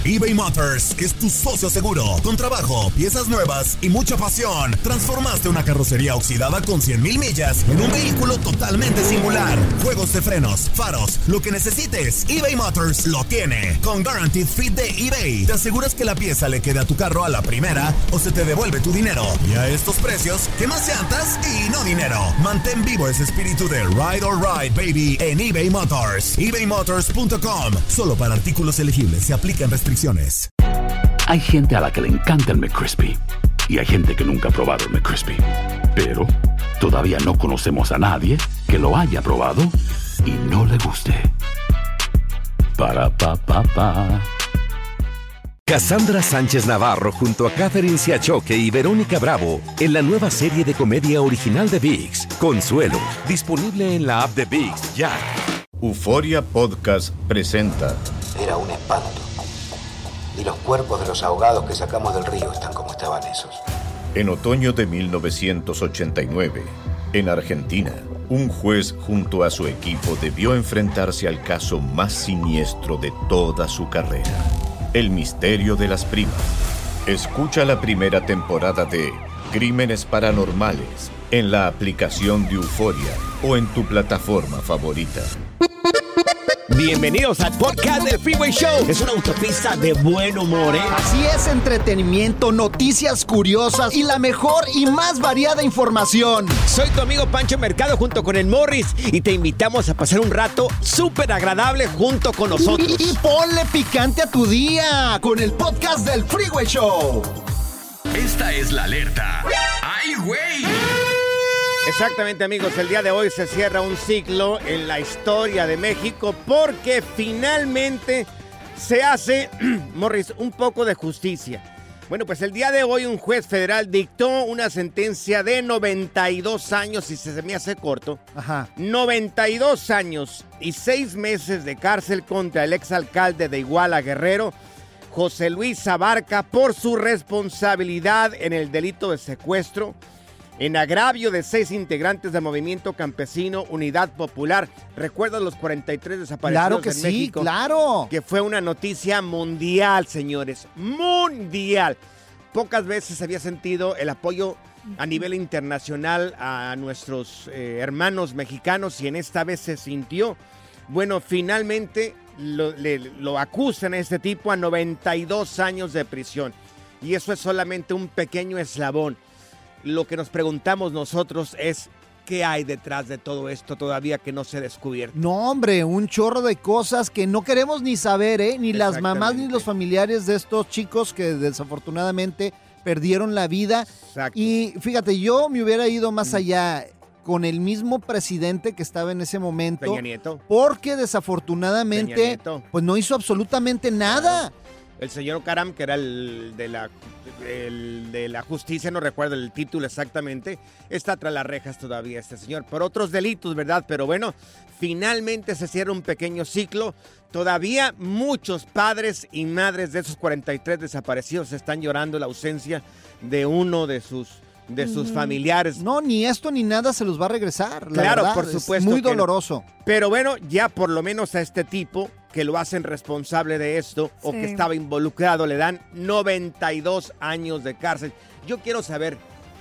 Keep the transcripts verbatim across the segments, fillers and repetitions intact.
eBay Motors es tu socio seguro. Con trabajo, piezas nuevas y mucha pasión, transformaste una carrocería oxidada con cien mil millas en un vehículo totalmente singular. Juegos de frenos, faros, lo que necesites, eBay Motors lo tiene. Con Guaranteed Fit de eBay, te aseguras que la pieza le quede a tu carro a la primera o se te devuelve tu dinero. Y a estos precios, ¿qué más llantas y no dinero? Mantén vivo ese espíritu de Ride or Ride, baby, en eBay Motors. ebay motors punto com. Solo para artículos elegibles se aplican restricciones. Hay gente a la que le encanta el McCrispy y hay gente que nunca ha probado el McCrispy. Pero todavía no conocemos a nadie que lo haya probado y no le guste. Para pa pa pa. Cassandra Sánchez Navarro junto a Catherine Siachoque y Verónica Bravo en la nueva serie de comedia original de ViX, Consuelo, disponible en la app de ViX ya. Euforia Podcast presenta. Era un espanto. Y los cuerpos de los ahogados que sacamos del río están como estaban esos. En otoño de mil novecientos ochenta y nueve, en Argentina, un juez junto a su equipo debió enfrentarse al caso más siniestro de toda su carrera. El misterio de las primas. Escucha la primera temporada de Crímenes Paranormales en la aplicación de Euforia o en tu plataforma favorita. Bienvenidos al podcast del Freeway Show. Es una autopista de buen humor, ¿eh? Así es, entretenimiento, noticias curiosas y la mejor y más variada información. Soy tu amigo Pancho Mercado junto con el Morris y te invitamos a pasar un rato súper agradable junto con nosotros. Y, y ponle picante a tu día con el podcast del Freeway Show. Esta es la alerta. ¡Ay, güey! Exactamente, amigos, el día de hoy se cierra un ciclo en la historia de México porque finalmente se hace, Morris, un poco de justicia. Bueno, pues el día de hoy un juez federal dictó una sentencia de noventa y dos años, y se me hace corto, Ajá. noventa y dos años y seis meses de cárcel contra el exalcalde de Iguala, Guerrero, José Luis Abarca, por su responsabilidad en el delito de secuestro en agravio de seis integrantes del Movimiento Campesino Unidad Popular. ¿Recuerdan los cuarenta y tres desaparecidos claro que en sí, México? Claro. Que fue una noticia mundial, señores. Mundial. Pocas veces había sentido el apoyo a nivel internacional a nuestros eh, hermanos mexicanos y en esta vez se sintió. Bueno, finalmente lo, le, lo acusan a este tipo a noventa y dos años de prisión. Y eso es solamente un pequeño eslabón. Lo que nos preguntamos nosotros es, ¿qué hay detrás de todo esto todavía que no se ha descubierto? No, hombre, un chorro de cosas que no queremos ni saber, ¿eh? Ni las mamás ni los familiares de estos chicos que desafortunadamente perdieron la vida. Exacto. Y fíjate, yo me hubiera ido más allá con el mismo presidente que estaba en ese momento. Peña Nieto. Porque desafortunadamente, Peña Nieto. pues no hizo absolutamente nada. El señor Caram, que era el de la, el de la justicia, no recuerdo el título exactamente, está tras las rejas todavía este señor, por otros delitos, ¿verdad? Pero bueno, finalmente se cierra un pequeño ciclo. Todavía muchos padres y madres de esos cuarenta y tres desaparecidos están llorando la ausencia de uno de sus, de sus mm. familiares. No, ni esto ni nada se los va a regresar, la Claro, verdad, por supuesto. Es muy que doloroso. No. Pero bueno, ya por lo menos a este tipo que lo hacen responsable de esto sí. o que estaba involucrado, le dan noventa y dos años de cárcel. Yo quiero saber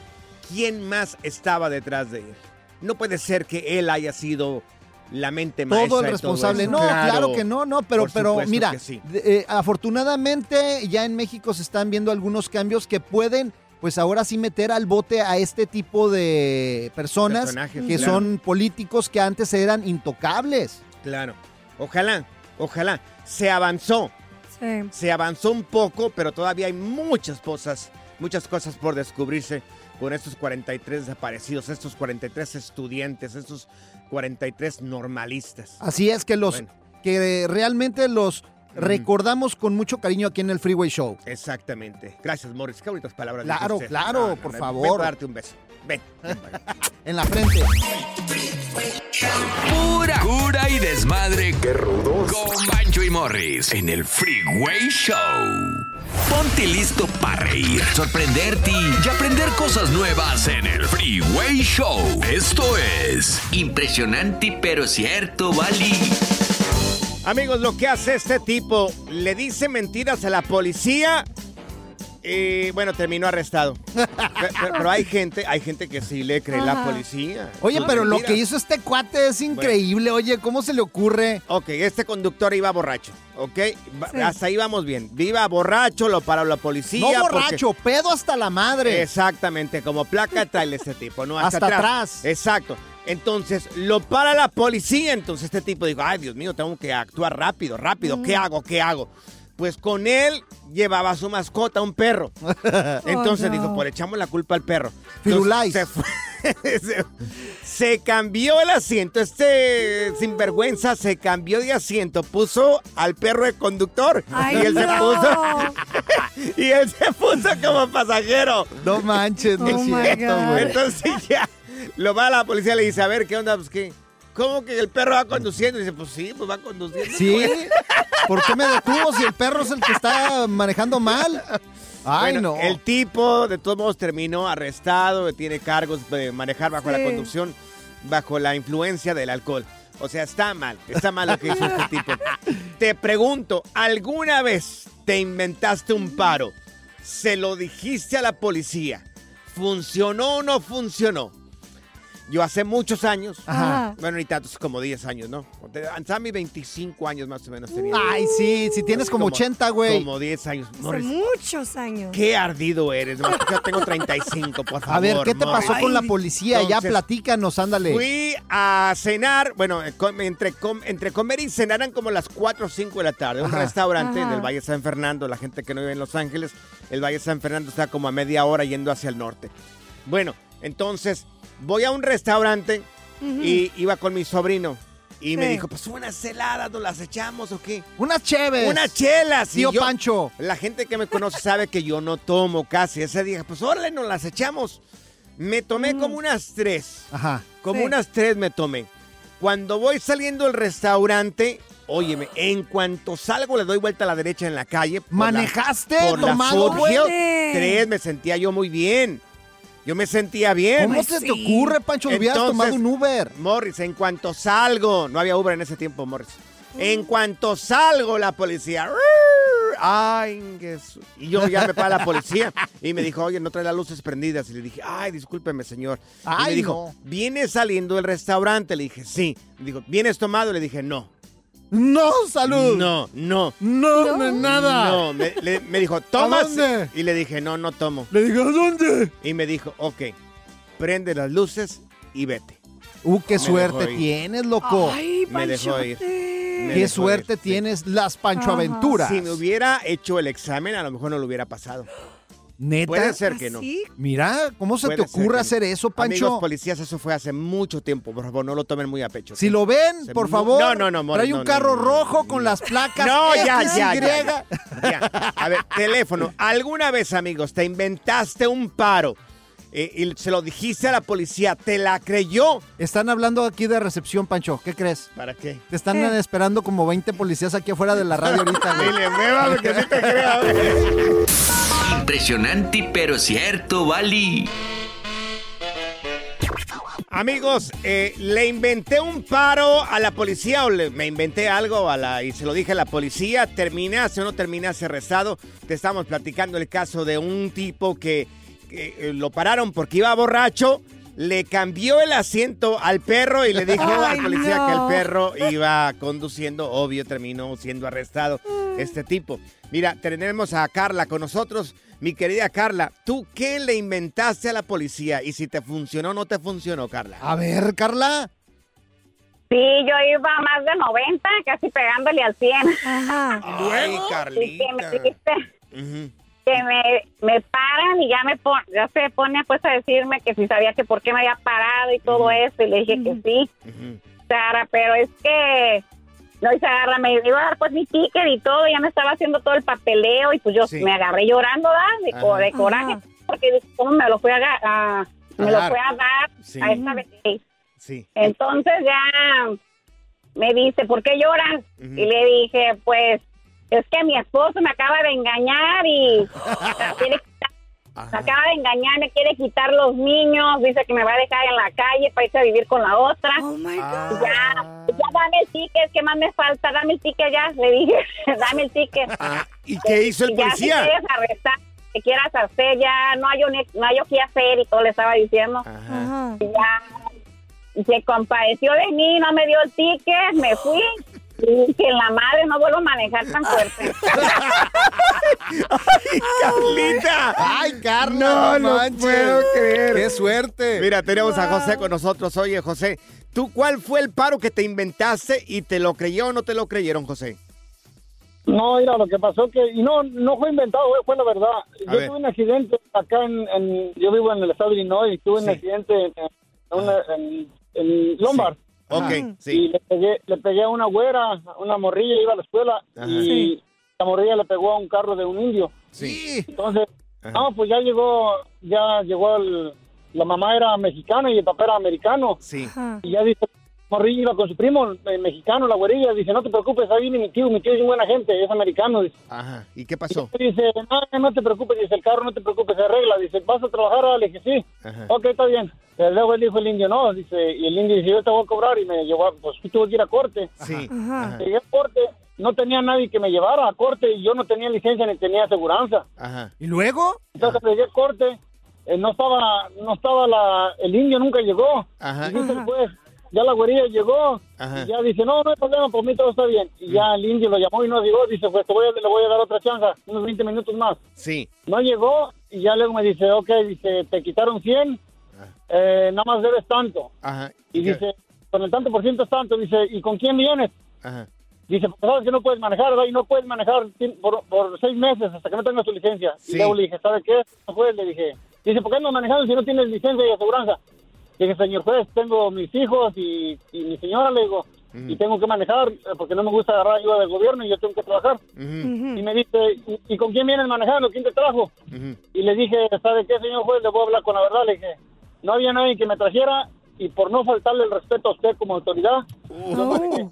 quién más estaba detrás de él. No puede ser que él haya sido la mente maestra. Todo el responsable. Todo no, claro, claro que no, no, pero, pero mira, sí. eh, afortunadamente ya en México se están viendo algunos cambios que pueden, pues ahora sí meter al bote a este tipo de personas que claro. son políticos que antes eran intocables. Claro. Ojalá. Ojalá. Se avanzó. Sí. Se avanzó un poco, pero todavía hay muchas cosas, muchas cosas por descubrirse con estos cuarenta y tres desaparecidos, estos cuarenta y tres estudiantes, estos cuarenta y tres normalistas. Así es que los bueno. que realmente los recordamos con mucho cariño aquí en el Freeway Show. Exactamente. Gracias, Morris. Qué bonitas palabras. Claro, claro, no, por no, favor. Ven para darte un beso. Ven. ven en la frente. Pura cura y desmadre. ¡Qué rudos! Con Pancho y Morris en el Freeway Show. Ponte listo para reír, sorprenderte y aprender cosas nuevas en el Freeway Show. Esto es Impresionante pero cierto, Bali. Amigos, lo que hace este tipo, le dice mentiras a la policía y, bueno, terminó arrestado. pero, pero hay gente, hay gente que sí le cree Ajá. la policía. Oye, pero mentiras. Lo que hizo este cuate es increíble. Bueno. Oye, ¿cómo se le ocurre? Ok, este conductor iba borracho, ¿ok? Sí. Hasta ahí vamos bien. Iba borracho, lo paró la policía. No borracho, porque... pedo hasta la madre. Exactamente, como placa trae este tipo, ¿no? Hasta, hasta atrás. atrás. Exacto. Entonces, lo para la policía. Entonces, este tipo dijo, ay, Dios mío, tengo que actuar rápido, rápido. Mm. ¿Qué hago? ¿Qué hago? Pues con él llevaba a su mascota, un perro. Entonces oh, no. dijo, pues le echamos la culpa al perro. Firulais. Se, fue, se, se cambió el asiento. Este sinvergüenza se cambió de asiento. Puso al perro de conductor. Ay, y él no. se puso. y él se puso como pasajero. No manches, no oh es cierto, güey. Entonces ya lo va a la policía y le dice, a ver, ¿qué onda? Pues qué. ¿Cómo que el perro va conduciendo? Y dice, pues sí, pues va conduciendo. ¿Sí? ¿Por qué me detuvo si el perro es el que está manejando mal? Ay, bueno, no. El tipo, de todos modos, terminó arrestado, tiene cargos de manejar bajo sí. la conducción, bajo la influencia del alcohol. O sea, está mal, está mal lo que hizo este tipo. Te pregunto, ¿alguna vez te inventaste un paro? ¿Se lo dijiste a la policía? ¿Funcionó o no funcionó? Yo hace muchos años, Ajá. bueno, ni tantos, como diez años, ¿no? Hasta mis veinticinco años más o menos tenía. Ay, sí, si tienes como, como ochenta, güey. Como diez años. Hace Morris, muchos años. Qué ardido eres, ¿no? Yo tengo treinta y cinco, por favor. A ver, ¿qué te Morris? pasó con la Ay, policía? entonces, ya platícanos, ándale. Fui a cenar, bueno, entre, entre comer y cenar eran como las cuatro o cinco de la tarde. Un Ajá. restaurante Ajá. del Valle San Fernando, la gente que no vive en Los Ángeles, el Valle San Fernando está como a media hora yendo hacia el norte. Bueno, entonces, voy a un restaurante... Uh-huh. Y iba con mi sobrino y sí. me dijo, pues unas heladas, ¿nos las echamos o qué? Unas cheves. Unas chelas. Tío y yo, Pancho. La gente que me conoce sabe que yo no tomo casi. Ese día, pues órale, nos las echamos. Me tomé mm. como unas tres. Ajá. Como sí. unas tres me tomé. Cuando voy saliendo del restaurante, óyeme, en cuanto salgo le doy vuelta a la derecha en la calle. ¿Manejaste La, por tomado? La Foothill, tres, me sentía yo muy bien. Yo me sentía bien. ¿Cómo se sí. te ocurre, Pancho? Hubieras tomado un Uber. Morris, en cuanto salgo, no había Uber en ese tiempo, Morris. Mm. En cuanto salgo, la policía. Ay, Jesús. Y yo ya me para la policía y me dijo, oye, no trae las luces prendidas. Y le dije, ay, discúlpeme, señor. Ay, y me dijo, no. ¿vienes saliendo del restaurante? Le dije, sí. Me dijo, ¿vienes tomado? Le dije, no. No, salud. No, no. No, no, nada. No, me, le, me dijo, ¿tomas? ¿A dónde? Y le dije, no, no tomo. Le digo, ¿a dónde? Y me dijo, ok, prende las luces y vete. Uh, qué me suerte tienes, loco. Ay, me dejó ir. Me qué dejó suerte ir, tienes, sí. las Pancho Aventuras. Si me hubiera hecho el examen, a lo mejor no lo hubiera pasado. ¿Neta? Puede ser que no. ¿Sí? Mira, ¿cómo se Puede te ocurre que hacer no. eso, Pancho? Amigos policías, eso fue hace mucho tiempo. Por favor, no lo tomen muy a pecho. Si lo ven, Se por mu- favor, No, no, no, Morris, trae un no, carro no, no, rojo no, con no. las placas No, ya, X, ya, Y. ya, ya, ya. A ver, teléfono. ¿Alguna vez, amigos, te inventaste un paro eh, y se lo dijiste a la policía? ¿Te la creyó? Están hablando aquí de recepción, Pancho. ¿Qué crees? ¿Para qué? Te están ¿Qué? esperando como veinte policías aquí afuera de la radio ahorita, güey. Dile, beba, porque sí te creo. güey. Impresionante, pero cierto, Vali. Amigos, eh, le inventé un paro a la policía o le, me inventé algo a la, y se lo dije a la policía. ¿Terminaste o no terminaste arrestado? Te estamos platicando el caso de un tipo que, que eh, lo pararon porque iba borracho. Le cambió el asiento al perro y le dijo Ay, al policía no. que el perro iba conduciendo. Obvio, terminó siendo arrestado este tipo. Mira, tenemos a Carla con nosotros. Mi querida Carla, ¿tú qué le inventaste a la policía? Y si te funcionó o no te funcionó, Carla. A ver, Carla. Sí, yo iba a más de noventa, casi pegándole al cien. Ajá. Ay, Y que Carlita. me dice Ujú. que me, me paran y ya me pon, ya se pone pues a decirme que si sabía que por qué me había parado y todo Ujú. eso. Y le dije que sí, Ujú. Sara, pero es que... No, y se agarra, me iba a dar pues mi ticket y todo, ya me estaba haciendo todo el papeleo y pues yo Sí. me agarré llorando, ¿verdad? De, co- Ajá. de coraje, Ajá. porque dije, ¿cómo me lo fui a, ga- a- me lo dar. fue a dar Sí. a esta vez? Sí. Entonces ya me dice, ¿por qué lloras? Ujú. Y le dije, pues, es que mi esposo me acaba de engañar y quiere quitar Me acaba de engañar, me quiere quitar los niños, dice que me va a dejar en la calle para irse a vivir con la otra. Oh my God. God. Ya, ya dame el ticket, ¿qué más me falta? Dame el ticket ya, le dije, dame el ticket. Ah, ¿y qué hizo el ya, policía? Si quieres arrestar, que quieras hacer, ya no hay, no hay qué hacer y todo le estaba diciendo. Ajá. Ya, se compadeció de mí, no me dio el ticket, me fui. Y que la madre no vuelvo a manejar tan fuerte. ¡Ay, Carlita! ¡Ay, Carla! No, no, no puedo creer. ¡Qué suerte! Mira, tenemos a José con nosotros. Oye, José, ¿tú cuál fue el paro que te inventaste y te lo creyó o no te lo creyeron, José? No, mira, lo que pasó que... Y no, no fue inventado, fue la verdad. A yo ver. tuve un accidente acá en, en... Yo vivo en el estado de Illinois y tuve Sí. un accidente en, en, una, en, en Lombard. Sí. Ok, Y sí. le pegué, le pegué a una güera, una morrilla, iba a la escuela, Ajá. y Sí. la morrilla le pegó a un carro de un indio. Sí. Entonces, Ajá. no, pues ya llegó, ya llegó el... La mamá era mexicana y el papá era americano. Sí. Ajá. Y ya dice, morrilla iba con su primo, eh, mexicano, la güerilla, dice, no te preocupes, ahí viene mi tío, mi tío es muy buena gente, es americano, dice. Ajá. ¿Y qué pasó? Y dice, no, no te preocupes, dice, el carro no te preocupes, se arregla, dice, ¿vas a trabajar? Le dije, sí. Ajá. Ok, está bien. Pero luego él dijo el indio, no, dice, y el indio dice, yo te voy a cobrar, y me llevó, a- pues tuve que ir a corte. Sí. Ajá. Ajá. Llegué a corte, no tenía nadie que me llevara a corte, y yo no tenía licencia ni tenía aseguranza. Ajá. ¿Y luego? Entonces llegué a corte, eh, no estaba, no estaba la, el indio nunca llegó. Ajá. Y dice el juez, ya la güerilla llegó, Ajá. y ya dice, no, no hay problema, por mí todo está bien. Y ya el indio lo llamó y no llegó, dice, pues te voy a, le voy a dar otra chance, unos veinte minutos más. Sí. No llegó, y ya luego me dice, ok, dice, te quitaron cien, eh, nada más debes tanto. Ajá. Y qué? dice, con el tanto por ciento es tanto, dice, ¿y con quién vienes? Ajá. Dice, pues sabes que no puedes manejar, ¿verdad? Y no puedes manejar por, por seis meses hasta que no tengas tu licencia. Sí. Y luego le dije, ¿sabe qué? No puedes, le dije. Dice, ¿por qué andas manejando si no tienes licencia y aseguranza? Le dije, señor juez, tengo mis hijos y, y mi señora, le digo, Ujú. y tengo que manejar eh, porque no me gusta agarrar ayuda del gobierno y yo tengo que trabajar. Ujú. Y me dice, ¿y, y con quién vienes manejando? ¿Quién te trajo? Ujú. Y le dije, ¿sabe qué, señor juez? Le voy a hablar con la verdad. Le dije, no había nadie que me trajera y por no faltarle el respeto a usted como autoridad, yo manejé.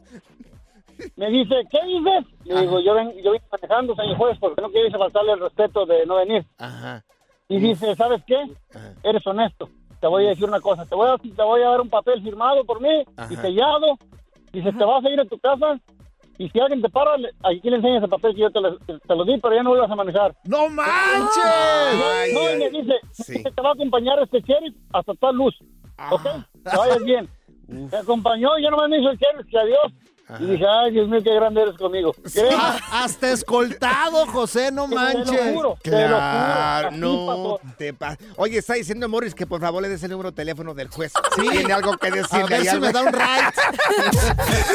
Me dice, ¿qué dices? Le digo, yo, ven, yo vine manejando, señor juez, porque no quise faltarle el respeto de no venir. Ajá. Y dice, ¿sabes qué? Ajá. Eres honesto. Te voy a decir una cosa. Te voy a, te voy a dar un papel firmado por mí Ajá. y sellado. Dice, te vas a ir a tu casa y si alguien te para, le- aquí le enseñas el papel que yo te lo, te, te lo di, pero ya no vuelvas a manejar. ¡No manches! Ay, no, y ay. me dice, Sí. te va a acompañar este sheriff hasta tal luz. ¿Ok? Que vayas bien. Uf. Me acompañó, yo nomás me hizo el sheriff, que adiós. Ajá. Y dije, ay, Dios mío, qué grande eres conmigo. ¿Crees? Ah, hasta escoltado, José, no Te lo manches. juro, te lo juro. Claro, Así no pasó. te pa- Oye, está diciendo Morris que por favor le des el número de teléfono del juez. Sí. Tiene algo que A decirle. ver ahí si algo. me da un ride.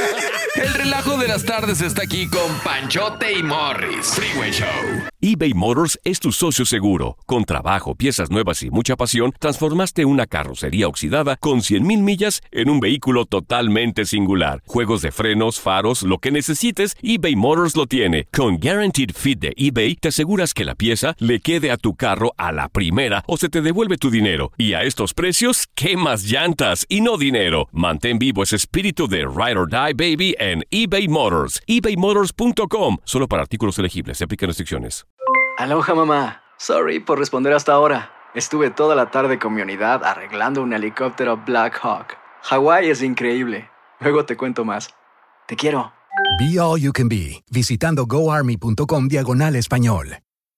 El relajo de las tardes está aquí con Panchote y Morris. Freeway Show. eBay Motors es tu socio seguro. Con trabajo, piezas nuevas y mucha pasión, transformaste una carrocería oxidada con cien mil millas en un vehículo totalmente singular. Juegos de frenos, faros, lo que necesites, eBay Motors lo tiene. Con Guaranteed Fit de eBay, te aseguras que la pieza le quede a tu carro a la primera o se te devuelve tu dinero. Y a estos precios, ¿qué más llantas y no dinero? Mantén vivo ese espíritu de Ride or Die, baby, en eBay Motors. ebay motors punto com. Solo para artículos elegibles. Se aplican restricciones. Aloha, mamá. Sorry por responder hasta ahora. Estuve toda la tarde con mi unidad arreglando un helicóptero Black Hawk. Hawái es increíble. Luego te cuento más. Te quiero. Be All You Can Be, visitando goarmy.com diagonal español.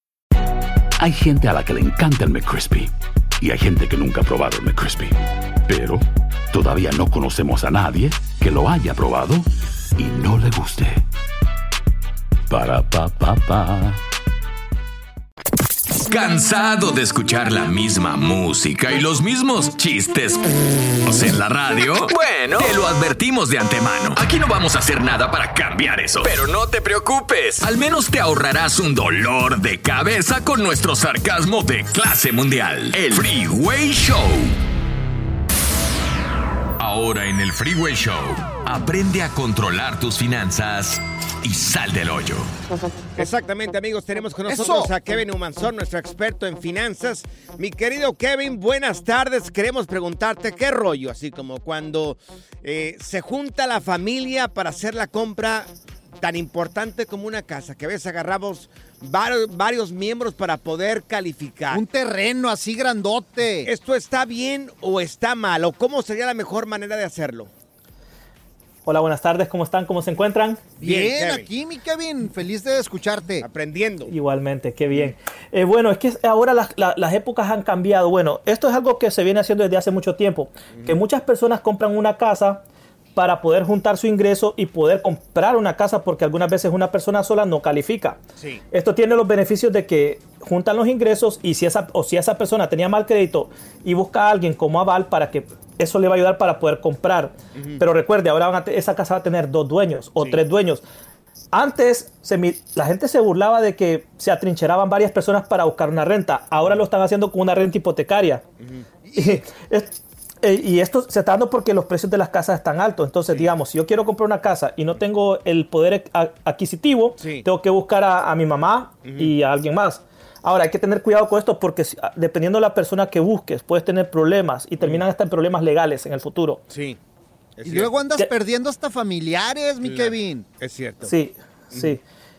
Hay gente a la que le encanta el McCrispy y hay gente que nunca ha probado el McCrispy. Pero todavía no conocemos a nadie que lo haya probado y no le guste. Para pa pa pa. ¿Cansado de escuchar la misma música y los mismos chistes en la radio? Bueno, te lo advertimos de antemano. Aquí no vamos a hacer nada para cambiar eso. Pero no te preocupes. Al menos te ahorrarás un dolor de cabeza con nuestro sarcasmo de clase mundial. El Freeway Show. Ahora en el Freeway Show, aprende a controlar tus finanzas y sal del hoyo. Exactamente, amigos, tenemos con nosotros Eso. a Kevin Humanzón, nuestro experto en finanzas. Mi querido Kevin, buenas tardes. Queremos preguntarte qué rollo, así como cuando eh, se junta la familia para hacer la compra tan importante como una casa, que a veces agarramos varios, varios miembros para poder calificar. Un terreno así grandote. ¿Esto está bien o está mal? ¿O cómo sería la mejor manera de hacerlo? Hola, buenas tardes, ¿cómo están? ¿Cómo se encuentran? Bien, bien aquí mi Kevin, feliz de escucharte. Aprendiendo. Igualmente, qué bien. Eh, bueno, es que ahora las, la, las épocas han cambiado. Bueno, esto es algo que se viene haciendo desde hace mucho tiempo, uh-huh. que muchas personas compran una casa para poder juntar su ingreso y poder comprar una casa porque algunas veces una persona sola no califica. Sí. Esto tiene los beneficios de que juntan los ingresos y si esa, o si esa persona tenía mal crédito y busca a alguien como aval para que eso le va a ayudar para poder comprar. Uh-huh. Pero recuerde, ahora van a te, esa casa va a tener dos dueños o sí. tres dueños. Antes se, la gente se burlaba de que se atrincheraban varias personas para buscar una renta. Ahora lo están haciendo con una renta hipotecaria. Uh-huh. Y, es, y esto se está dando porque los precios de las casas están altos. Entonces, sí. digamos, si yo quiero comprar una casa y no tengo el poder adquisitivo, sí. tengo que buscar a, a mi mamá uh-huh. y a alguien más. Ahora, hay que tener cuidado con esto porque si, dependiendo de la persona que busques, puedes tener problemas y terminan hasta en problemas legales en el futuro. Sí. Y cierto. Luego andas ¿Qué? perdiendo hasta familiares, mi claro. Kevin. Es cierto. Sí, mm. sí.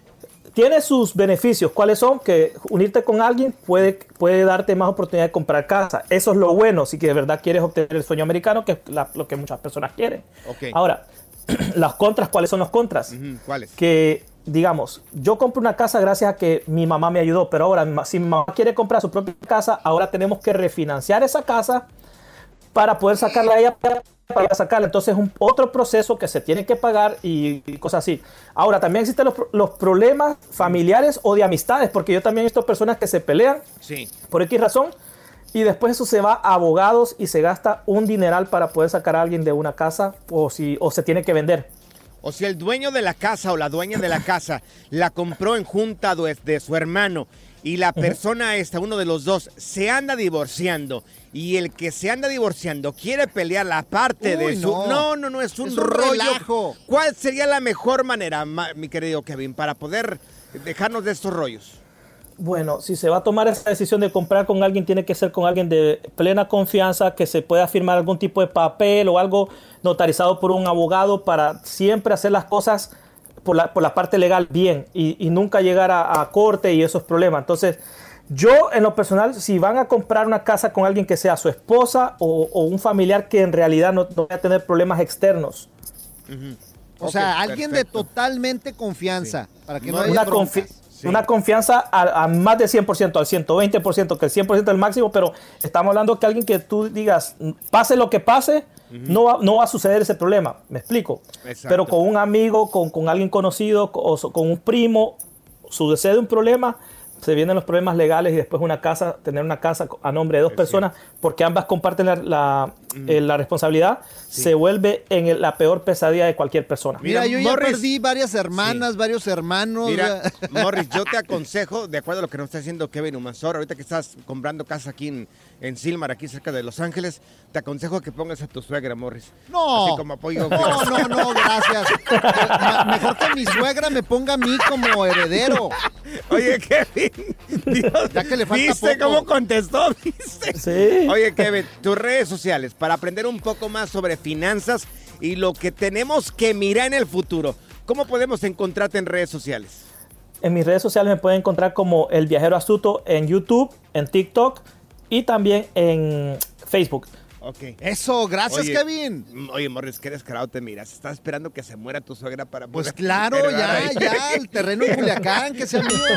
Tiene sus beneficios. ¿Cuáles son? Que unirte con alguien puede, puede darte más oportunidad de comprar casa. Eso es lo bueno, si que de verdad quieres obtener el sueño americano, que es la, lo que muchas personas quieren. Okay. Ahora, las contras, ¿cuáles son las contras? Uh-huh. ¿Cuáles? Que, digamos, yo compro una casa gracias a que mi mamá me ayudó, pero ahora, si mi mamá quiere comprar su propia casa, ahora tenemos que refinanciar esa casa para poder sacarla a ella, para sacarla. Entonces es un otro proceso que se tiene que pagar y, y cosas así. Ahora, también existen los, los problemas familiares o de amistades, porque yo también he visto personas que se pelean sí. por X razón, y después eso se va a abogados y se gasta un dineral para poder sacar a alguien de una casa o, si, o se tiene que vender. O si el dueño de la casa o la dueña de la casa la compró en junta de, de su hermano y la persona uh-huh. esta, uno de los dos, se anda divorciando y el que se anda divorciando quiere pelear la parte Uy, de su... No, no, no, no es un, es un rollo. Relajo. ¿Cuál sería la mejor manera, mi querido Kevin, para poder dejarnos de estos rollos? Bueno, si se va a tomar esa decisión de comprar con alguien, tiene que ser con alguien de plena confianza, que se pueda firmar algún tipo de papel o algo notarizado por un abogado para siempre hacer las cosas por la, por la parte legal bien y, y nunca llegar a, a corte y esos problemas. Entonces, yo en lo personal, si van a comprar una casa con alguien que sea su esposa o, o un familiar que en realidad no, no vaya a tener problemas externos. Uh-huh. O okay, sea, alguien perfecto. de totalmente confianza, sí. para que no, no haya una broncas. confi- Sí. Una confianza a, a más de cien por ciento, al ciento veinte por ciento, que el cien por ciento es el máximo, pero estamos hablando que alguien que tú digas, pase lo que pase, uh-huh. no, va, no va a suceder ese problema, me explico. Exacto. Pero con un amigo, con, con alguien conocido, con, o con un primo, sucede un problema, se vienen los problemas legales y después una casa, tener una casa a nombre de dos es personas, cierto. porque ambas comparten la, la, mm. eh, la responsabilidad, sí. se vuelve en el, la peor pesadilla de cualquier persona. Mira, Mira yo ya Morris, perdí varias hermanas, sí. varios hermanos. Mira, Morris, yo te aconsejo, de acuerdo a lo que nos está diciendo Kevin Humansor, ahorita que estás comprando casa aquí en, en Silmar, aquí cerca de Los Ángeles, te aconsejo que pongas a tu suegra, Morris. No, así como apoyo. No, no, no, gracias. Mejor que mi suegra me ponga a mí como heredero. Oye, Kevin, Dios, ya que le falta ¿viste poco? cómo contestó? ¿Viste? Sí. Oye, Kevin, tus redes sociales para aprender un poco más sobre finanzas y lo que tenemos que mirar en el futuro. ¿Cómo podemos encontrarte en redes sociales? En mis redes sociales me pueden encontrar como El Viajero Astuto en YouTube, en TikTok y también en Facebook. Ok. Eso, gracias, oye, Kevin. Oye, Morris, qué descarado te miras. Estás esperando que se muera tu suegra para Pues poder... claro, ya, ya, el terreno en Culiacán, que sea mío.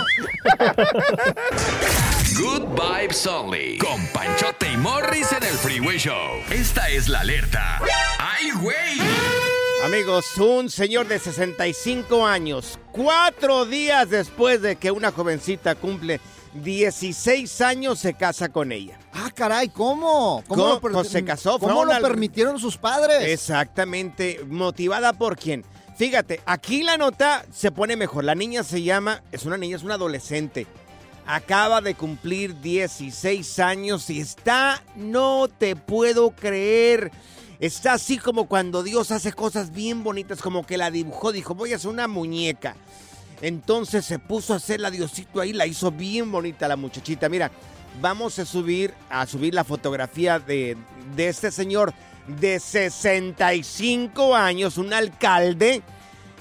Good Vibes Only, con Panchote y Morris en el Freeway Show. Esta es la alerta. ¡Ay, güey! Amigos, un señor de sesenta y cinco años, cuatro días después de que una jovencita cumple dieciséis años, se casa con ella. Ah, caray, ¿cómo? ¿Cómo, ¿Cómo lo, per- pues se casó? ¿Cómo lo al... permitieron sus padres? Exactamente. ¿Motivada por quién? Fíjate, aquí la nota se pone mejor. La niña se llama, es una niña, es una adolescente. Acaba de cumplir dieciséis años y está, no te puedo creer. Está así como cuando Dios hace cosas bien bonitas, como que la dibujó, dijo, voy a hacer una muñeca. Entonces se puso a hacer la Diosito ahí, la hizo bien bonita la muchachita. Mira, vamos a subir, a subir la fotografía de, de este señor de sesenta y cinco años, un alcalde.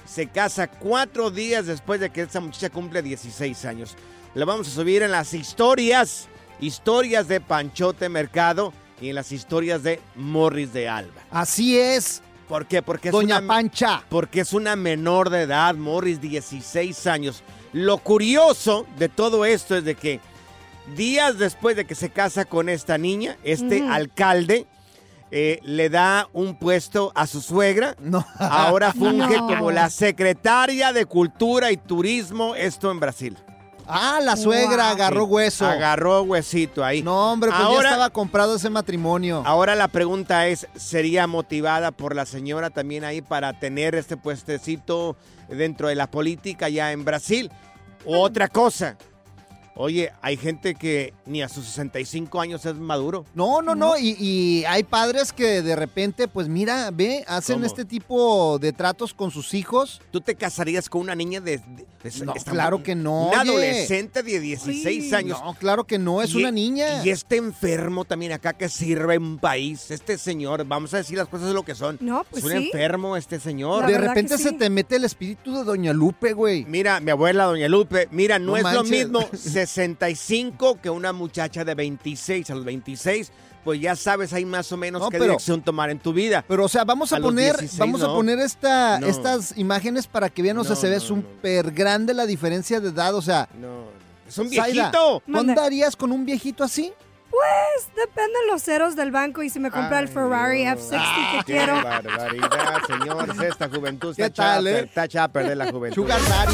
Se casa cuatro días después de que esta muchacha cumple dieciséis años. Lo vamos a subir en las historias, historias de Panchote Mercado y en las historias de Morris de Alba. Así es. ¿Por qué? Porque es Doña una, Pancha. Porque es una menor de edad, Morris, dieciséis años. Lo curioso de todo esto es de que días después de que se casa con esta niña, este uh-huh. alcalde eh, le da un puesto a su suegra. No. Ahora funge no. como la secretaria de Cultura y Turismo, esto en Brasil. Ah, la suegra wow. agarró hueso. Agarró huesito ahí. No, hombre, pues ahora, ya estaba comprado ese matrimonio. Ahora la pregunta es, ¿sería motivada por la señora también ahí para tener este puestecito dentro de la política ya en Brasil? O otra cosa. Oye, hay gente que ni a sus sesenta y cinco años es maduro. No, no, no. Y, y hay padres que de repente, pues mira, ve, hacen ¿Cómo? este tipo de tratos con sus hijos. ¿Tú te casarías con una niña de... de, de no, claro un, que no. Una oye. adolescente de dieciséis Uy, años. No, claro que no, es y, una niña. Y este enfermo también acá que sirve en un país, este señor, vamos a decir las cosas de lo que son. No, pues es un sí. enfermo este señor. La de repente sí. se te mete el espíritu de Doña Lupe, güey. Mira, mi abuela Doña Lupe, mira, no, no es manches. lo mismo sesenta y cinco que una muchacha de veintiséis. A los veintiséis, pues ya sabes ahí más o menos no, qué pero, dirección tomar en tu vida. Pero, o sea, vamos a, a poner dieciséis, vamos no. a poner esta, no. estas imágenes para que vean, o sea, no, se ve no, súper no. grande la diferencia de edad, o sea. No, es un viejito. ¿Tú andarías con un viejito así? Pues, depende de los ceros del banco y si me compra Ay, el Ferrari F sesenta que quiero. ¡Qué barbaridad, señores! Esta juventud está tal, chapa, eh? está chapa a perder la juventud. Sugar Daddy.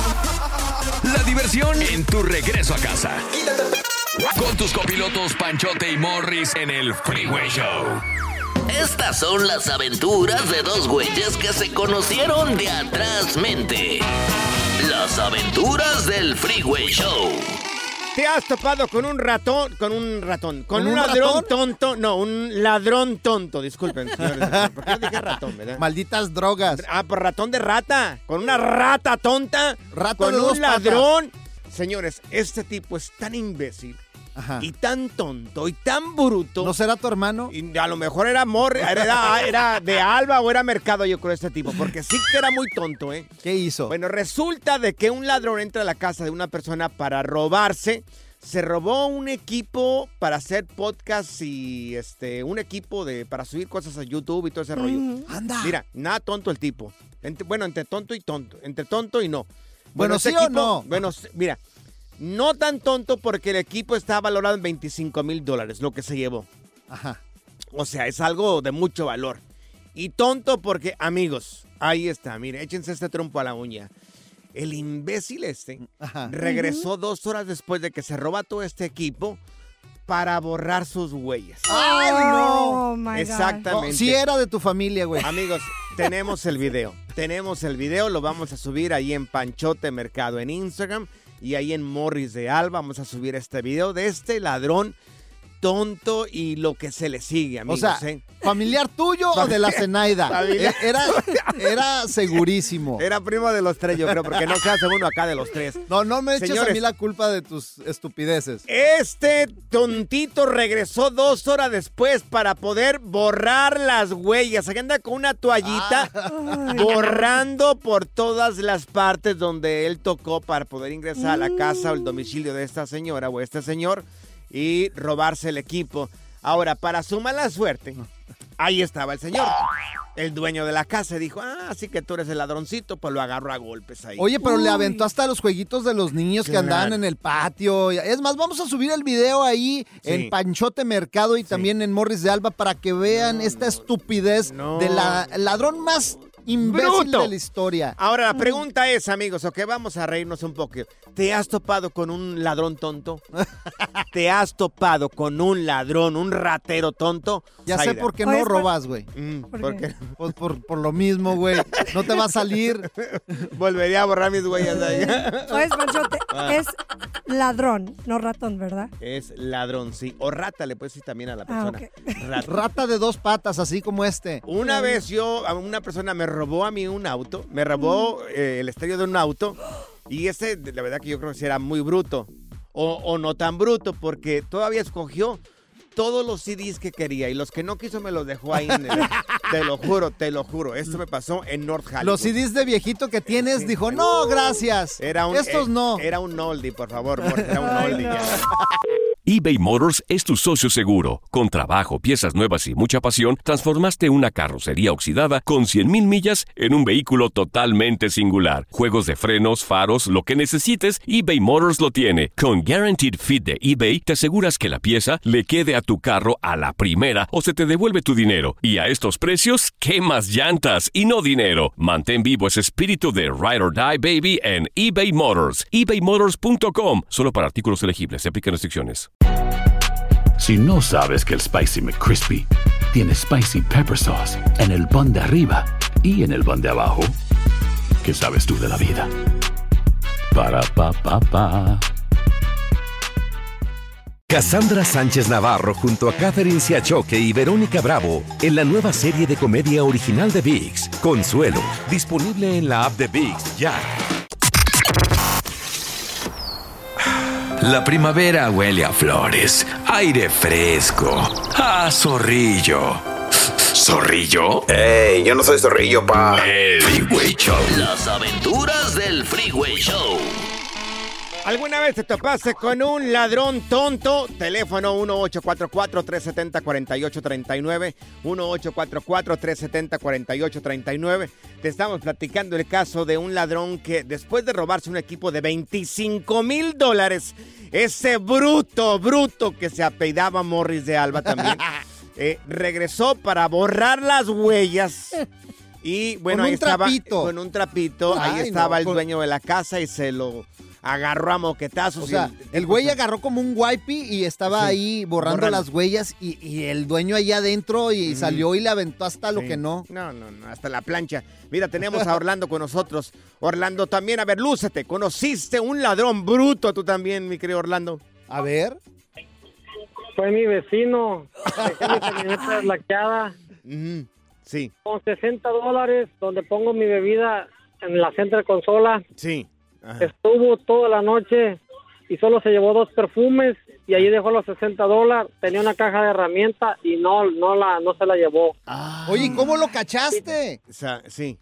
La diversión en tu regreso a casa. Con tus copilotos Panchote y Morris en el Freeway Show. Estas son las aventuras de dos güeyes que se conocieron de atrás mente. Las aventuras del Freeway Show. ¿Te has topado con un ratón, con un ratón, con, ¿Con un, un ladrón ratón? tonto? No, un ladrón tonto, disculpen, señores. ¿Por qué dije ratón, verdad? Malditas drogas. Ah, por ratón de rata, con una rata tonta, Rata con de un dos ladrón. Patas. Señores, este tipo es tan imbécil. Ajá. Y tan tonto y tan bruto. ¿No será tu hermano? Y a lo mejor era Morri, era, era de Alba o era Mercado, yo creo, este tipo, porque sí que era muy tonto, ¿eh? ¿Qué hizo? Bueno, resulta de que un ladrón entra a la casa de una persona para robarse. Se robó un equipo para hacer podcasts y este un equipo de para subir cosas a YouTube y todo ese mm. rollo. Anda. Mira, nada tonto el tipo. Entre, bueno, entre tonto y tonto, entre tonto y no. Bueno, bueno ¿sí equipo, o no? Bueno, mira. No tan tonto porque el equipo está valorado en veinticinco mil dólares, lo que se llevó. Ajá. O sea, es algo de mucho valor. Y tonto porque, amigos, ahí está, mire, échense este trompo a la uña. El imbécil este Ajá. regresó uh-huh. dos horas después de que se roba todo este equipo para borrar sus huellas. ¡Ay, no! Oh, my Exactamente. God. Si era de tu familia, güey. Amigos, tenemos el video. Tenemos el video, lo vamos a subir ahí en Panchote Mercado en Instagram. Y ahí en Morris de Alba vamos a subir este video de este ladrón tonto y lo que se le sigue, amigos. O sea, ¿eh? ¿familiar tuyo o de la Zenaida? Era, era segurísimo. Era primo de los tres, yo creo, porque no se hace uno acá de los tres. No, no me eches Señores, a mí la culpa de tus estupideces. Este tontito regresó dos horas después para poder borrar las huellas. Aquí anda con una toallita ah. borrando por todas las partes donde él tocó para poder ingresar a la casa o el domicilio de esta señora o este señor y robarse el equipo. Ahora, para su mala suerte, ahí estaba el señor, el dueño de la casa. Dijo, ah, así que tú eres el ladroncito, pues lo agarró a golpes ahí. Oye, pero Uy. le aventó hasta los jueguitos de los niños claro. que andaban en el patio. Es más, vamos a subir el video ahí sí. en Panchote Mercado y sí. también en Morris de Alba para que vean no, esta no, estupidez no. de la ladrón más imbécil Bruto. de la historia. Ahora la pregunta es, amigos, ok, vamos a reírnos un poco. ¿Te has topado con un ladrón tonto? ¿Te has topado con un ladrón, un ratero tonto? Ya Zaida. sé por qué no Oye, robas, güey. Mm, ¿Por, ¿Por qué? qué? Pues por, por lo mismo, güey. No te va a salir. Volvería a borrar mis huellas ahí. Oye, Panchote, ah. es ladrón, no ratón, ¿verdad? Es ladrón, sí. O rata, le puedes decir también a la persona. Ah, okay. Rata. Rata de dos patas, así como este. Una vez yo, una persona me robó a mí un auto, me robó eh, el estéreo de un auto y ese, la verdad que yo creo que sí era muy bruto o, o no tan bruto porque todavía escogió todos los C Ds que quería y los que no quiso me los dejó ahí. En el, te lo juro, te lo juro. Esto me pasó en North Hollywood. Los C Ds de viejito que tienes, sí. dijo, no, gracias. Era un, Estos eh, no. Era un oldie, por favor, era un oldie. No. eBay Motors es tu socio seguro. Con trabajo, piezas nuevas y mucha pasión, transformaste una carrocería oxidada con cien mil millas en un vehículo totalmente singular. Juegos de frenos, faros, lo que necesites, eBay Motors lo tiene. Con Guaranteed Fit de eBay, te aseguras que la pieza le quede a tu carro a la primera o se te devuelve tu dinero. Y a estos precios, ¿qué más llantas y no dinero? Mantén vivo ese espíritu de Ride or Die, baby, en eBay Motors. ebay motors punto com. Solo para artículos elegibles. Se aplican restricciones. Si no sabes que el Spicy McCrispy tiene Spicy Pepper Sauce en el pan de arriba y en el pan de abajo, ¿qué sabes tú de la vida? Para, pa, pa, pa. Cassandra Sánchez Navarro junto a Catherine Siachoque y Verónica Bravo en la nueva serie de comedia original de ViX, Consuelo, disponible en la app de ViX ya. La primavera huele a flores, aire fresco, a zorrillo. ¿Zorrillo? ¡Ey! Yo no soy zorrillo, pa. El Freeway Show. Las aventuras del Freeway Show. ¿Alguna vez te topaste con un ladrón tonto? Teléfono uno ocho cuatro cuatro, tres siete cero, cuatro ocho tres nueve, uno ocho cuatro cuatro, tres siete cero, cuatro ocho tres nueve. Te estamos platicando el caso de un ladrón que después de robarse un equipo de veinticinco mil dólares, ese bruto, bruto que se apellidaba Morris de Alba también, eh, regresó para borrar las huellas. Y bueno, con ahí un estaba trapito. con un trapito, Ay, ahí estaba no, el con... dueño de la casa y se lo agarró a moquetazos. O sea, el, el güey agarró como un wipey y estaba sí, ahí borrando, borrando las huellas y, y el dueño allá adentro y mm. salió y le aventó hasta sí. lo que no. No, no, no, hasta la plancha. Mira, tenemos a Orlando con nosotros. Orlando también, a ver, lúcete. ¿Conociste un ladrón bruto tú también, mi querido Orlando? A ver. Fue mi vecino. Dejé mi camioneta deslaqueada. Mm, sí. Con sesenta dólares, donde pongo mi bebida en la centro consola. Sí. Ajá. Estuvo toda la noche y solo se llevó dos perfumes y allí dejó los sesenta dólares. Tenía una caja de herramientas y no no la no se la llevó. Ah. Oye, ¿cómo lo cachaste? O sea, sí.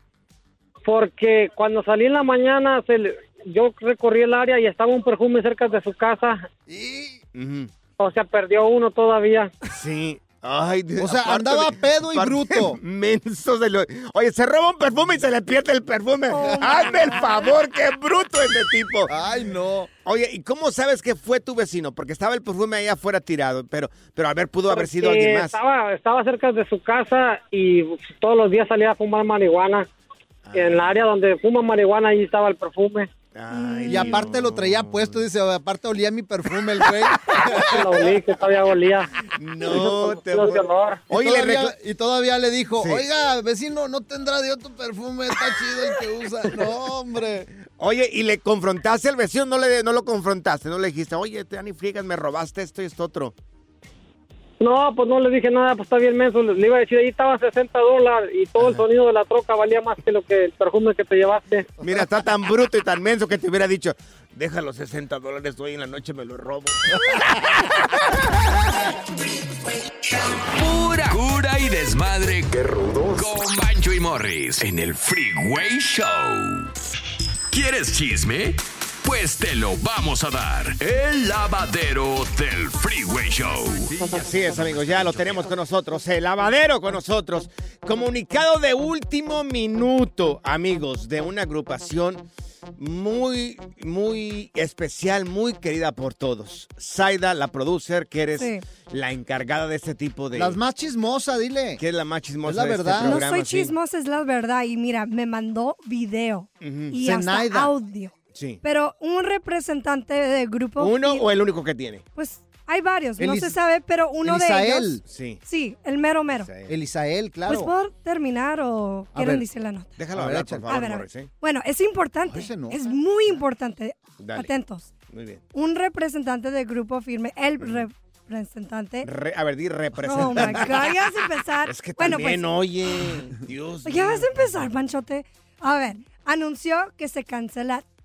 Porque cuando salí en la mañana, se le, yo recorrí el área y estaba un perfume cerca de su casa. ¿Y? Uh-huh. O sea, perdió uno todavía. Sí. Ay, o sea, andaba de, pedo y bruto. Mensos de lo... Oye, se roba un perfume y se le pierde el perfume. Oh, hazme el favor, qué bruto este tipo. Ay, no. Oye, ¿y cómo sabes que fue tu vecino? Porque estaba el perfume ahí afuera tirado, pero, pero a ver, pudo Porque haber sido alguien más. Estaba, estaba cerca de su casa y todos los días salía a fumar marihuana. Ah. En la área donde fuma marihuana, ahí estaba el perfume. Ay, y aparte no. lo traía puesto, dice, aparte olía mi perfume el güey. Lo olí, que todavía olía. No, te voy... Oye, y, todavía, recla... y todavía le dijo, sí. Oiga, vecino, ¿no tendrá de otro perfume? Está chido el que usa. No, hombre. Oye, ¿y le confrontaste al vecino? No, le, no lo confrontaste, no le dijiste, oye, te ni friegas, me robaste esto y esto otro. No, pues no le dije nada, pues está bien menso. Le iba a decir, ahí estaba sesenta dólares y todo el sonido de la troca valía más que lo que el perfume que te llevaste. Mira, está tan bruto y tan menso que te hubiera dicho, deja los sesenta dólares, hoy en la noche me los robo. Pura cura y desmadre. ¡Qué rudos! Con Bancho y Morris en el Freeway Show. ¿Quieres chisme? Pues te lo vamos a dar. El lavadero del Freeway Show. Sí, así es, amigos. Ya lo tenemos con nosotros. El lavadero con nosotros. Comunicado de último minuto, amigos, de una agrupación muy, muy especial, muy querida por todos. Zaida, la producer, que eres sí. la encargada de este tipo de... Las más chismosa, dile. ¿Qué es la más chismosa? Es la de verdad. Este programa, no soy sí? chismosa, es la verdad. Y mira, me mandó video uh-huh. y Zenaida. hasta audio. Sí. Pero un representante del grupo... ¿Uno o el único que tiene? Pues hay varios, el no is- se sabe, pero uno el de Isael. ellos... Sí. Sí, el mero mero. El Isael, claro. Pues puedo terminar o A quieren ver. decir la nota. Déjalo A hablar, ver, por a favor, ver, a ver. Morris, ¿eh? Bueno, es importante. Ay, se enoja. Es muy importante. Dale. Atentos. Muy bien. Un representante del grupo firme, el representante... Re, a ver, di representante. Oh, my God, ya vas a empezar. Es que bueno, también, pues, oye, Dios Ya mío. vas a empezar, Panchote. A ver, anunció que se cancela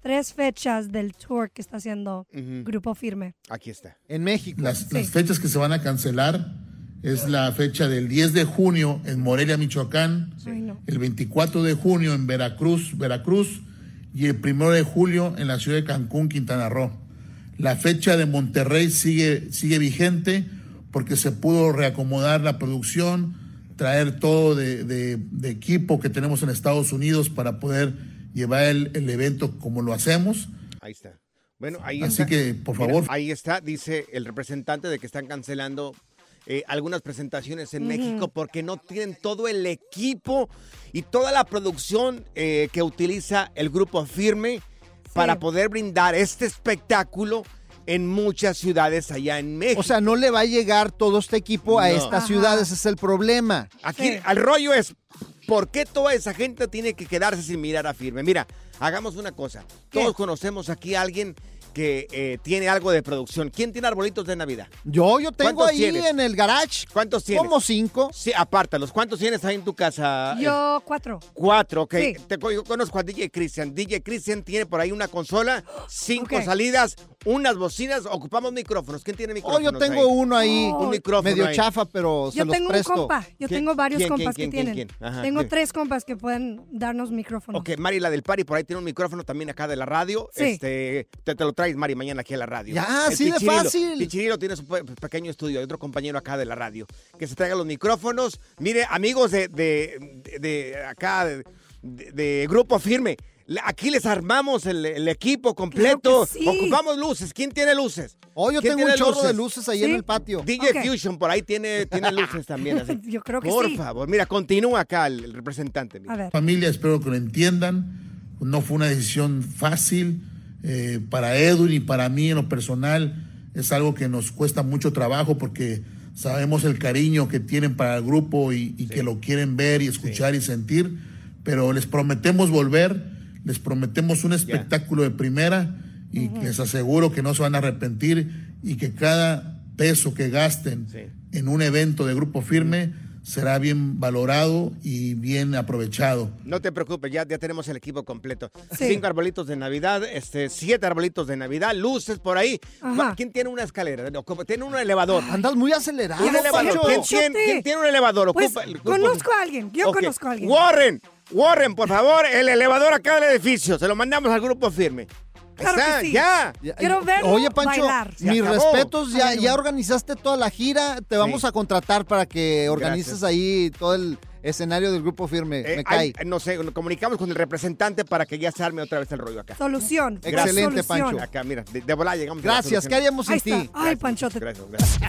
tres fechas del tour que está haciendo uh-huh. Grupo Firme. Aquí está. En México. Las, sí. las fechas que se van a cancelar es la fecha del diez de junio en Morelia, Michoacán, sí. no. el veinticuatro de junio en Veracruz, Veracruz, y el primero de julio en la ciudad de Cancún, Quintana Roo. La fecha de Monterrey sigue, sigue vigente porque se pudo reacomodar la producción, traer todo de, de, de equipo que tenemos en Estados Unidos para poder llevar el, el evento como lo hacemos. Ahí está. Bueno, ahí Así está. que, por favor. Mira, ahí está, dice el representante de que están cancelando eh, algunas presentaciones en uh-huh. México porque no tienen todo el equipo y toda la producción eh, que utiliza el Grupo Firme sí. para poder brindar este espectáculo en muchas ciudades allá en México. O sea, no le va a llegar todo este equipo no. a estas Ajá. ciudades, ese es el problema. Aquí sí. el rollo es, ¿por qué toda esa gente tiene que quedarse sin mirar a Firme? Mira, hagamos una cosa. ¿Qué? Todos conocemos aquí a alguien que eh, tiene algo de producción. ¿Quién tiene arbolitos de Navidad? Yo, yo tengo ahí tienes? en el garage. ¿Cuántos tienes? Como cinco. Sí, apártalos. ¿Cuántos tienes ahí en tu casa? Yo cuatro. Cuatro, ok. Sí. Te, yo conozco a D J Christian. D J Christian tiene por ahí una consola, cinco okay. salidas, unas bocinas, ocupamos micrófonos. ¿Quién tiene micrófonos? Oh, yo tengo ahí? uno ahí, oh. un micrófono medio ahí. chafa, pero yo se los presto. Yo tengo un compa, yo tengo varios ¿Quién, compas quién, que quién, tienen. quién, quién? Ajá, tengo ¿quién? tres compas que pueden darnos micrófonos. Ok, Mari, la del party, por ahí tiene un micrófono también acá de la radio. Sí. Este, te, te lo traes, Mari, mañana aquí a la radio. Ya, así de fácil. Pichirilo tiene su pequeño estudio, hay otro compañero acá de la radio. Que se traiga los micrófonos. Mire, amigos de, de, de, de acá, de, de, de Grupo Firme, aquí les armamos el, el equipo completo. Claro sí. Ocupamos luces. ¿Quién tiene luces? Oh, yo tengo un chorro luces? de luces ahí ¿Sí? en el patio. D J okay. Fusion por ahí tiene, tiene luces también. Así. Yo creo que por sí. Por favor, mira, continúa acá el, el representante. Mira. A ver. Familia, espero que lo entiendan. No fue una decisión fácil eh, para Edwin y para mí en lo personal. Es algo que nos cuesta mucho trabajo porque sabemos el cariño que tienen para el grupo y, y sí. que lo quieren ver y escuchar sí. y sentir, pero les prometemos volver, les prometemos un espectáculo yeah. de primera y uh-huh. les aseguro que no se van a arrepentir y que cada peso que gasten sí. en un evento de Grupo Firme será bien valorado y bien aprovechado. No te preocupes, ya, ya tenemos el equipo completo. Sí. Cinco arbolitos de Navidad, este, siete arbolitos de Navidad, luces por ahí. Ajá. ¿Quién tiene una escalera? Tiene un elevador. Andas muy acelerado. Un elevador. ¿Quién, quién, ¿Quién tiene un elevador? Pues, Ocupa, el, conozco a alguien, yo okay. conozco a alguien. Warren, Warren, por favor, el elevador acá del edificio. Se lo mandamos al Grupo Firme. Claro Está, que sí. ya. Quiero verlo Oye, Pancho, bailar. mis respetos, ya, ya organizaste toda la gira, te vamos sí. a contratar para que organices Gracias. ahí todo el escenario del Grupo Firme. Eh, Me cae. Hay, no sé, nos comunicamos con el representante para que ya se arme otra vez el rollo acá. Solución. Excelente, Solución. Pancho. Acá, mira, de, de volada llegamos. Gracias, ¿qué haríamos sin ti? Ay, gracias, Panchote. Gracias, gracias.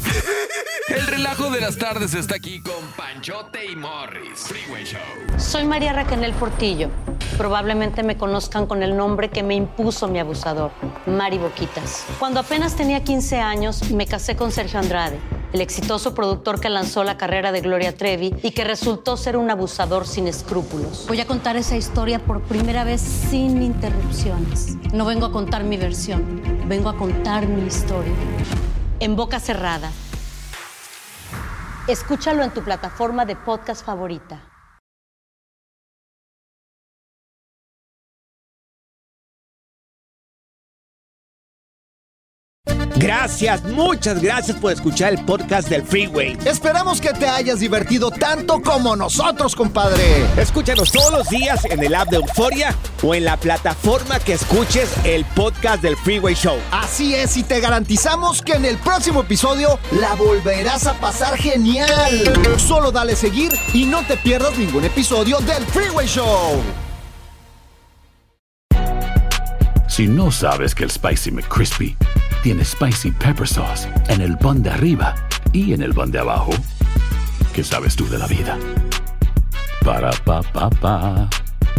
El relajo de las tardes está aquí con Panchote y Morris. Freeway Show. Soy María Raquel Portillo. Probablemente me conozcan con el nombre que me impuso mi abusador, Mari Boquitas. Cuando apenas tenía quince años, me casé con Sergio Andrade, el exitoso productor que lanzó la carrera de Gloria Trevi y que resultó ser un abusador sin escrúpulos. Voy a contar esa historia por primera vez sin interrupciones. No vengo a contar mi versión, vengo a contar mi historia. En boca cerrada. Escúchalo en tu plataforma de podcast favorita. Gracias, muchas gracias por escuchar el podcast del Freeway. Esperamos que te hayas divertido tanto como nosotros, compadre. Escúchanos todos los días en el app de Euforia o en la plataforma que escuches el podcast del Freeway Show. Así es, y te garantizamos que en el próximo episodio la volverás a pasar genial. Solo dale seguir y no te pierdas ningún episodio del Freeway Show. Si no sabes que el Spicy McCrispy tiene Spicy Pepper Sauce en el pan de arriba y en el pan de abajo, ¿qué sabes tú de la vida? Para, pa, pa, pa.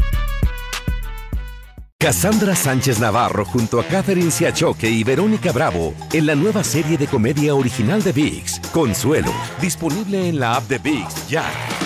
Cassandra Sánchez Navarro junto a Catherine Siachoque y Verónica Bravo en la nueva serie de comedia original de ViX, Consuelo, disponible en la app de ViX ya.